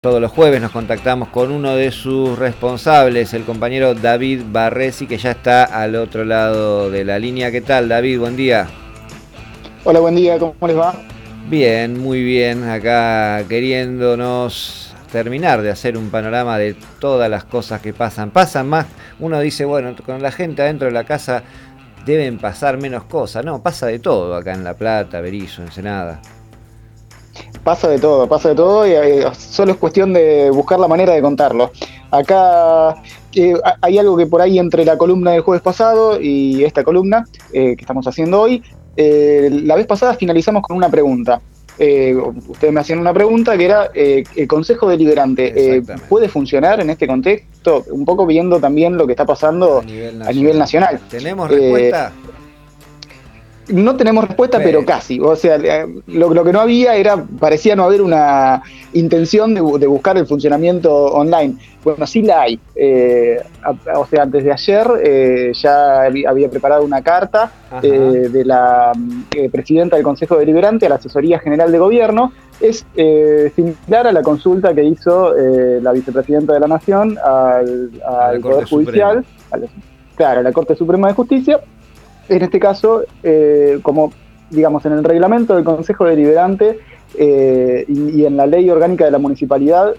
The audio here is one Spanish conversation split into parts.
Todos los jueves nos contactamos con uno de sus responsables, el compañero David Barresi, que ya está al otro lado de la línea. ¿Qué tal, David? Buen día. Hola, buen día, ¿cómo les va? Bien, muy bien. Acá queriéndonos terminar de hacer un panorama de todas las cosas que pasan. Pasan más, uno dice, bueno, con la gente adentro de la casa deben pasar menos cosas. No, pasa de todo acá en La Plata, Berisso, Ensenada. Pasa de todo y solo es cuestión de buscar la manera de contarlo. Acá hay algo que por ahí entre la columna del jueves pasado y esta columna que estamos haciendo hoy, la vez pasada finalizamos con una pregunta. Ustedes me hacían una pregunta que era, ¿el Consejo Deliberante Exactamente. puede funcionar en este contexto? Un poco viendo también lo que está A pasando nivel a nivel nacional. nacional. ¿Tenemos Eh, respuesta? No tenemos respuesta, pero Bueno, casi. O sea, lo que no había era, parecía no haber una intención de buscar el funcionamiento online. Bueno, sí la hay. O sea, antes de ayer ya había preparado una carta ajá. de la presidenta del Consejo Deliberante a la Asesoría General de Gobierno. Es similar a la consulta que hizo la vicepresidenta de la Nación A la al Poder Corte Suprema. Judicial, claro, a la Corte Suprema de Justicia. En este caso, como digamos en el reglamento del Consejo Deliberante y en la ley orgánica de la municipalidad,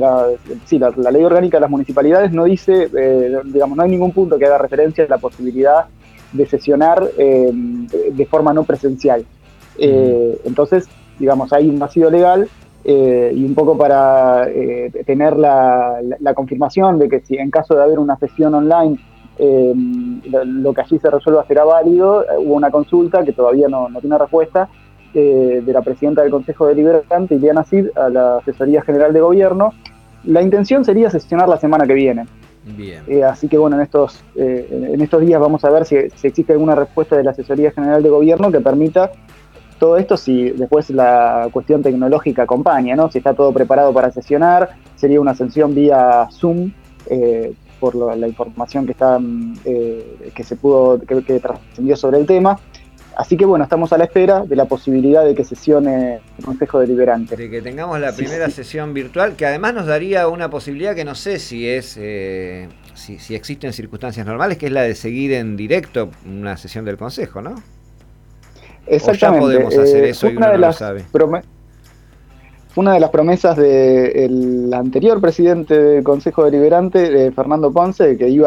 la ley orgánica de las municipalidades no dice, digamos, no hay ningún punto que haga referencia a la posibilidad de sesionar de forma no presencial. Ujú. Entonces, digamos, hay un vacío legal y un poco para tener la confirmación de que si en caso de haber una sesión online eh, lo que allí se resuelva será válido. Hubo una consulta que todavía no tiene respuesta de la presidenta del Consejo Deliberante, Ileana Cid, a la Asesoría General de Gobierno. La intención sería sesionar la semana que viene. Bien. Así que bueno, en estos días vamos a ver si existe alguna respuesta de la Asesoría General de Gobierno que permita todo esto, si después la cuestión tecnológica acompaña, ¿no? Si está todo preparado para sesionar, sería una sesión vía Zoom, por la información que se pudo, que trascendió sobre el tema. Así que bueno, estamos a la espera de la posibilidad de que sesione el Consejo Deliberante. De que tengamos la Sí, primera sí. sesión virtual, que además nos daría una posibilidad que no sé si es, si existen circunstancias normales, que es la de seguir en directo una sesión del Consejo, ¿no? O ya podemos hacer Exactamente. eso y uno no lo sabe. Fue una de las promesas del anterior presidente del Consejo Deliberante, Fernando Ponce, que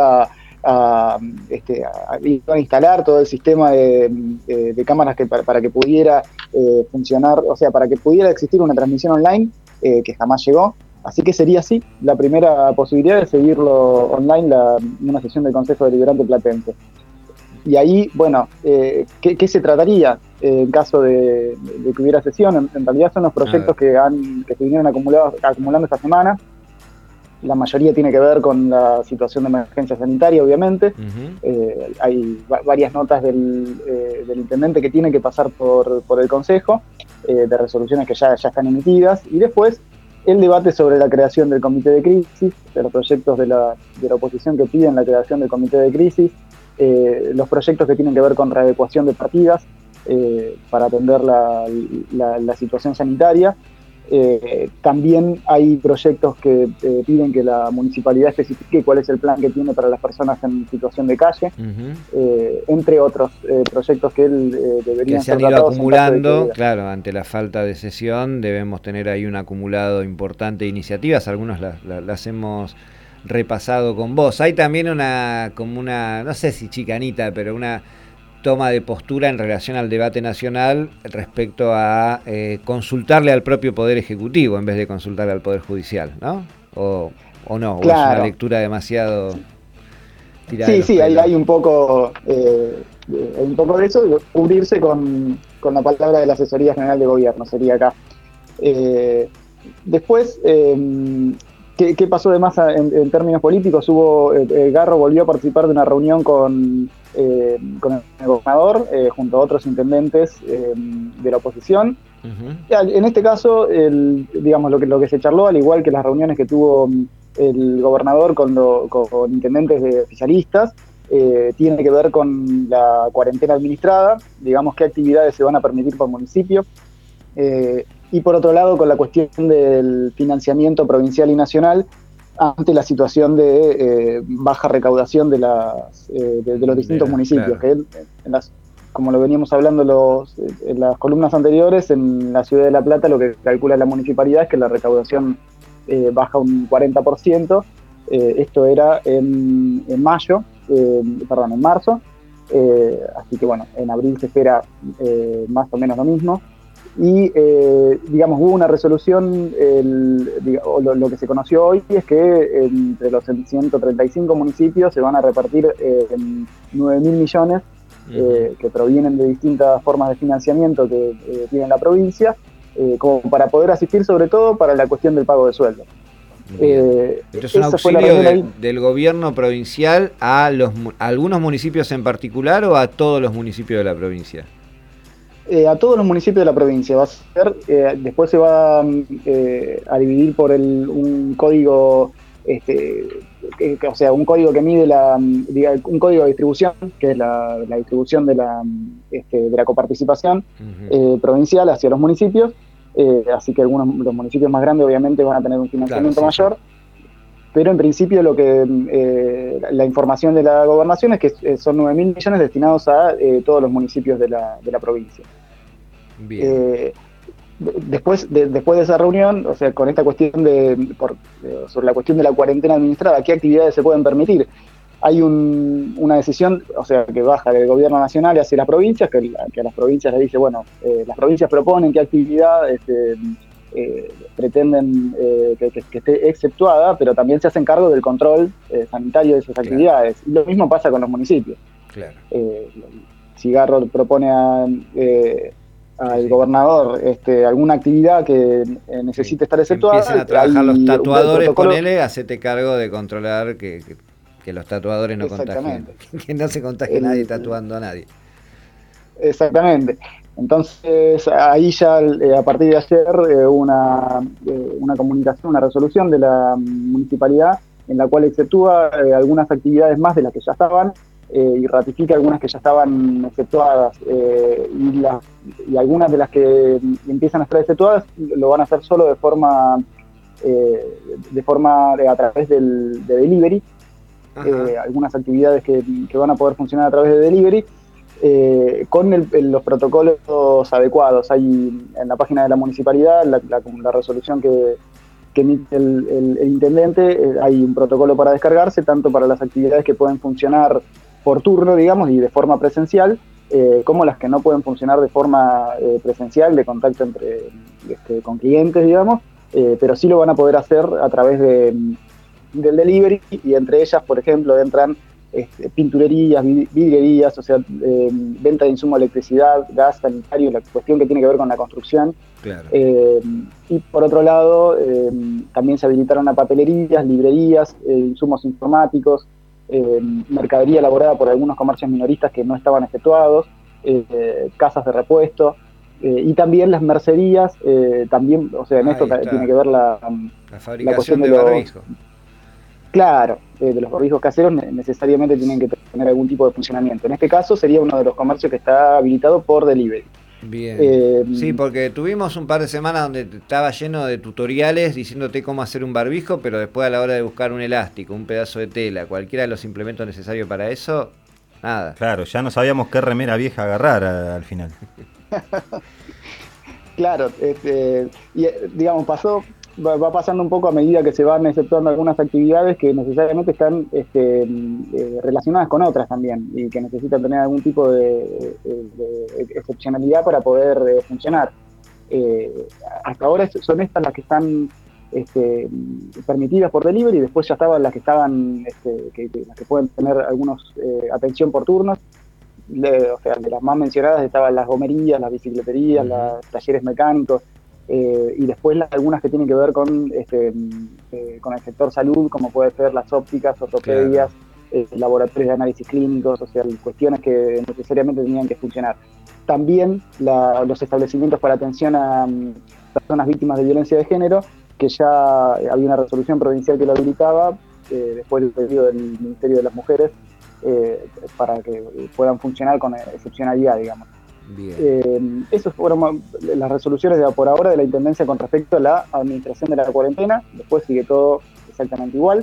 iba a instalar todo el sistema de cámaras para que pudiera funcionar, o sea, para que pudiera existir una transmisión online, que jamás llegó. Así que sería así la primera posibilidad de seguirlo online, una sesión del Consejo Deliberante platense. Y ahí, bueno, ¿qué se trataría en caso de que hubiera sesión? En realidad son los A ver. proyectos que se vinieron acumulando esta semana. La mayoría tiene que ver con la situación de emergencia sanitaria, obviamente. Ujú. Hay varias notas del intendente que tienen que pasar por el Consejo, de resoluciones que ya están emitidas. Y después el debate sobre la creación del comité de crisis, de los proyectos de la oposición que piden la creación del comité de crisis, los proyectos que tienen que ver con readecuación de partidas para atender la situación sanitaria. También hay proyectos que piden que la municipalidad especifique cuál es el plan que tiene para las personas en situación de calle, Ujú. entre otros proyectos que él Que deberían se ser han ido tratados en caso de acumulando, que... claro, ante la falta de sesión debemos tener ahí un acumulado importante de iniciativas, algunas las hemos repasado con vos. Hay también como una, no sé si chicanita, pero una toma de postura en relación al debate nacional respecto a consultarle al propio Poder Ejecutivo en vez de consultarle al Poder Judicial, ¿no? O no, o es una Claro, lectura demasiado tirada de sí, los sí, pelos. hay un poco de eso, de cubrirse con la palabra de la Asesoría General de Gobierno, sería acá. Eh, Después, ¿qué pasó de más en términos políticos? Garro volvió a participar de una reunión con el gobernador, junto a otros intendentes de la oposición. Ujú. En este caso, digamos, lo que se charló, al igual que las reuniones que tuvo el gobernador con intendentes de oficialistas, tiene que ver con la cuarentena administrada, digamos, qué actividades se van a permitir por municipio. y por otro lado con la cuestión del financiamiento provincial y nacional ante la situación de baja recaudación de los distintos municipios, claro. que como lo veníamos hablando en las columnas anteriores, en la ciudad de La Plata lo que calcula la municipalidad es que la recaudación baja un 40%, esto era en marzo, así que bueno, en abril se espera más o menos lo mismo. Y digamos, hubo una resolución, lo que se conoció hoy es que entre los 135 municipios se van a repartir 9.000 millones que provienen de distintas formas de financiamiento que tiene la provincia, como para poder asistir sobre todo para la cuestión del pago de sueldo. Esto es un auxilio del gobierno provincial a algunos municipios en particular o a todos los municipios de la provincia. A todos los municipios de la provincia va a ser, después se va a dividir por un código, o sea, un código que mide un código de distribución, que es la distribución de la coparticipación provincial hacia los municipios, así que los municipios más grandes obviamente van a tener un financiamiento mayor. Pero en principio la información de la gobernación es que son 9.000 millones destinados a todos los municipios de la provincia. Bien. Después de esa reunión, o sea, con esta cuestión sobre la cuestión de la cuarentena administrada, ¿qué actividades se pueden permitir? Hay una decisión, o sea, que baja del gobierno nacional hacia las provincias, que a las provincias les dice, bueno, las provincias proponen qué actividad pretenden que esté exceptuada, pero también se hacen cargo del control sanitario de esas actividades. Y lo mismo pasa con los municipios. Claro. Cigarro propone al gobernador alguna actividad que necesite estar exceptuada. Empiecen a trabajar los tatuadores, ponele, hacete cargo de controlar que los tatuadores no contagien, que no se contagie nadie tatuando a nadie. Exactamente. Entonces ahí ya a partir de ayer una comunicación, una resolución de la municipalidad en la cual exceptúa algunas actividades más de las que ya estaban y ratifica algunas que ya estaban exceptuadas y algunas de las que empiezan a estar exceptuadas lo van a hacer solo de forma a través de delivery. Algunas actividades que van a poder funcionar a través de delivery con los protocolos adecuados. Hay en la página de la municipalidad la resolución que emite el intendente, hay un protocolo para descargarse, tanto para las actividades que pueden funcionar por turno, digamos, y de forma presencial, como las que no pueden funcionar de forma presencial, de contacto con clientes, digamos, pero sí lo van a poder hacer a través del delivery, y entre ellas, por ejemplo, entran pinturerías, vidrierías, o sea, venta de insumos de electricidad, gas, sanitario, la cuestión que tiene que ver con la construcción. Claro. Y por otro lado, también se habilitaron a papelerías, librerías, insumos informáticos, mercadería elaborada por algunos comercios minoristas que no estaban efectuados, casas de repuesto, y también las mercerías, también, o sea, en esto tiene que ver la fabricación de barbijos. Claro, de los barbijos caseros necesariamente tienen que tener algún tipo de funcionamiento. En este caso sería uno de los comercios que está habilitado por delivery. Bien. Sí, porque tuvimos un par de semanas donde estaba lleno de tutoriales diciéndote cómo hacer un barbijo, pero después a la hora de buscar un elástico, un pedazo de tela, cualquiera de los implementos necesarios para eso, nada. Claro, ya no sabíamos qué remera vieja agarrar al final. Claro, y digamos, va pasando un poco a medida que se van exceptuando algunas actividades que necesariamente están relacionadas con otras también y que necesitan tener algún tipo de excepcionalidad para poder funcionar. Hasta ahora son estas las que están permitidas por delivery, y después ya estaban las que estaban las que pueden tener algunos atención por turnos. O sea, de las más mencionadas estaban las gomerías, las bicicleterías, los talleres mecánicos, y después algunas que tienen que ver con el sector salud, como puede ser las ópticas, ortopedias, laboratorios de análisis clínicos, o sea, cuestiones que necesariamente tenían que funcionar. También los establecimientos para atención a personas víctimas de violencia de género, que ya había una resolución provincial que lo habilitaba, después del pedido del Ministerio de las Mujeres, para que puedan funcionar con excepcionalidad, digamos. Esas fueron las resoluciones por ahora de la Intendencia con respecto a la administración de la cuarentena. Después sigue todo exactamente igual.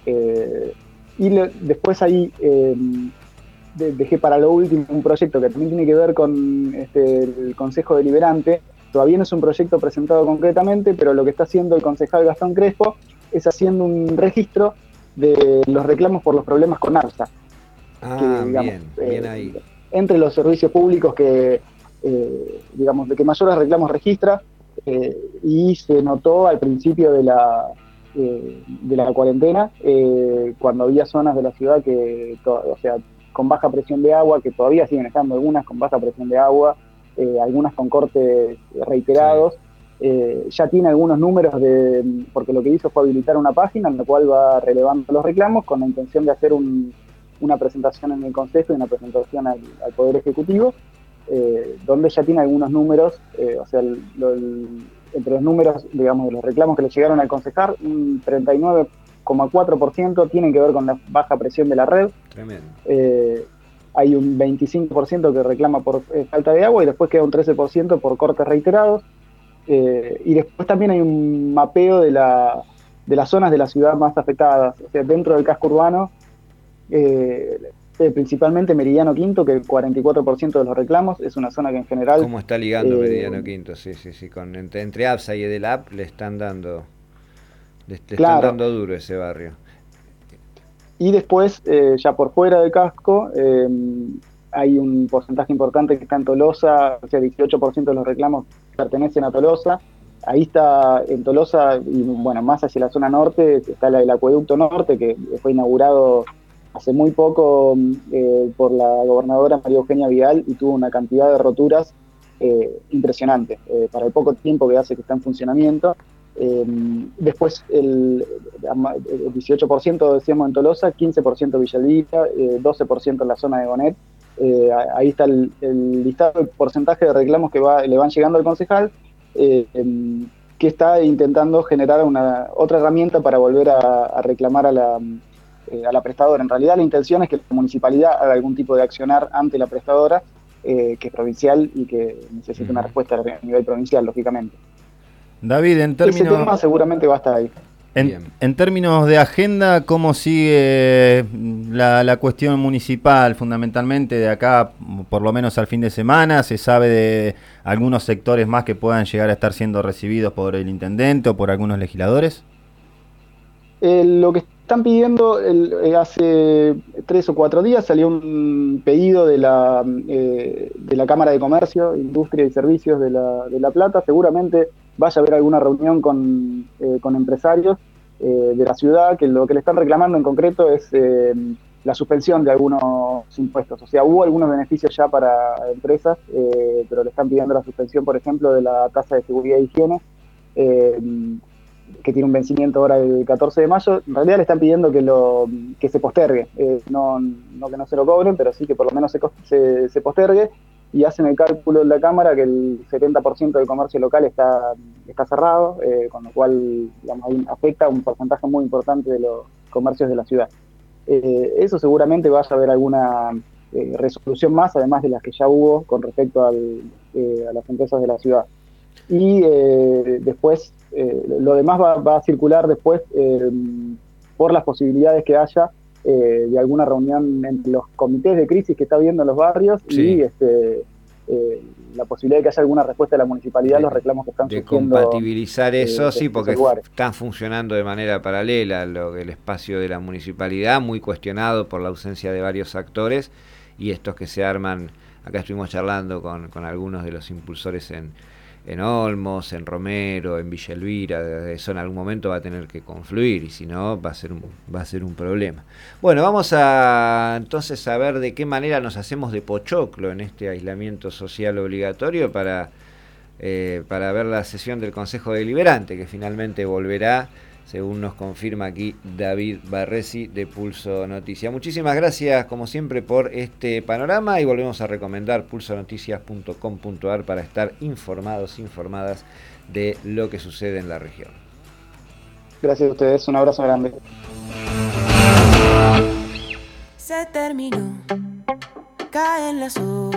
Después ahí dejé para lo último un proyecto que también tiene que ver con el Consejo Deliberante. Todavía no es un proyecto presentado concretamente, pero lo que está haciendo el concejal Gastón Crespo es haciendo un registro de los reclamos por los problemas con ARSA. Digamos, bien ahí. Entre los servicios públicos de que mayores reclamos registra, y se notó al principio de la cuarentena, cuando había zonas de la ciudad con baja presión de agua, que todavía siguen estando algunas con baja presión de agua, algunas con cortes reiterados. Ya tiene algunos números porque lo que hizo fue habilitar una página en la cual va relevando los reclamos con la intención de hacer una presentación en el Consejo y una presentación al Poder Ejecutivo, donde ya tiene algunos números, entre los números, digamos, de los reclamos que le llegaron al concejal, un 39,4% tienen que ver con la baja presión de la red. Tremendo. Hay un 25% que reclama por falta de agua y después queda un 13% por cortes reiterados. Y después también hay un mapeo de las zonas de la ciudad más afectadas. O sea, dentro del casco urbano, principalmente Meridiano Quinto, que el 44% de los reclamos es una zona que en general... ¿Cómo está ligando Meridiano Quinto? Sí. Entre APSA y EDELAP le están dando duro ese barrio. Y después, ya por fuera del casco, hay un porcentaje importante que está en Tolosa, o sea, 18% de los reclamos pertenecen a Tolosa. Ahí está, en Tolosa, y bueno, más hacia la zona norte, está el acueducto norte, que fue inaugurado hace muy poco por la gobernadora María Eugenia Vidal y tuvo una cantidad de roturas impresionante para el poco tiempo que hace que está en funcionamiento. Después el 18% decíamos en Tolosa, 15% Villa Elvira, 12% en la zona de Bonet. Ahí está el listado, el porcentaje de reclamos que le van llegando al concejal, que está intentando generar otra herramienta para volver a reclamar a la prestadora. En realidad la intención es que la municipalidad haga algún tipo de accionar ante la prestadora, que es provincial y que necesita una respuesta a nivel provincial, lógicamente. David, ese tema seguramente va a estar ahí. En términos de agenda, ¿cómo sigue la cuestión municipal fundamentalmente de acá, por lo menos al fin de semana? ¿Se sabe de algunos sectores más que puedan llegar a estar siendo recibidos por el intendente o por algunos legisladores? Lo que están pidiendo, hace 3 o 4 días salió un pedido de la Cámara de Comercio, Industria y Servicios de La Plata. Seguramente vaya a haber alguna reunión con empresarios de la ciudad, que lo que le están reclamando en concreto es la suspensión de algunos impuestos. O sea, hubo algunos beneficios ya para empresas, pero le están pidiendo la suspensión, por ejemplo, de la tasa de seguridad e higiene, que tiene un vencimiento ahora el 14 de mayo. En realidad le están pidiendo que se postergue, no que no se lo cobren, pero sí que por lo menos se postergue, y hacen el cálculo en la Cámara que el 70% del comercio local está cerrado, con lo cual, digamos, ahí afecta un porcentaje muy importante de los comercios de la ciudad. Eso seguramente vaya a haber alguna resolución más, además de las que ya hubo con respecto a las empresas de la ciudad. Y después, lo demás va a circular después por las posibilidades que haya de alguna reunión entre los comités de crisis que está habiendo en los barrios, sí, y la posibilidad de que haya alguna respuesta de la municipalidad a los reclamos que están surgiendo. De compatibilizar eso, sí, porque están funcionando de manera paralela el espacio de la municipalidad, muy cuestionado por la ausencia de varios actores, y estos que se arman. Acá estuvimos charlando con algunos de los impulsores en Olmos, en Romero, en Villa Elvira. Eso en algún momento va a tener que confluir, y si no va a ser un problema. Bueno, vamos entonces a ver de qué manera nos hacemos de pochoclo en este aislamiento social obligatorio para ver la sesión del Consejo Deliberante, que finalmente volverá, según nos confirma aquí David Barresi de Pulso Noticia. Muchísimas gracias, como siempre, por este panorama, y volvemos a recomendar pulsonoticias.com.ar para estar informadas de lo que sucede en la región. Gracias a ustedes, un abrazo grande. Se terminó, caen las horas.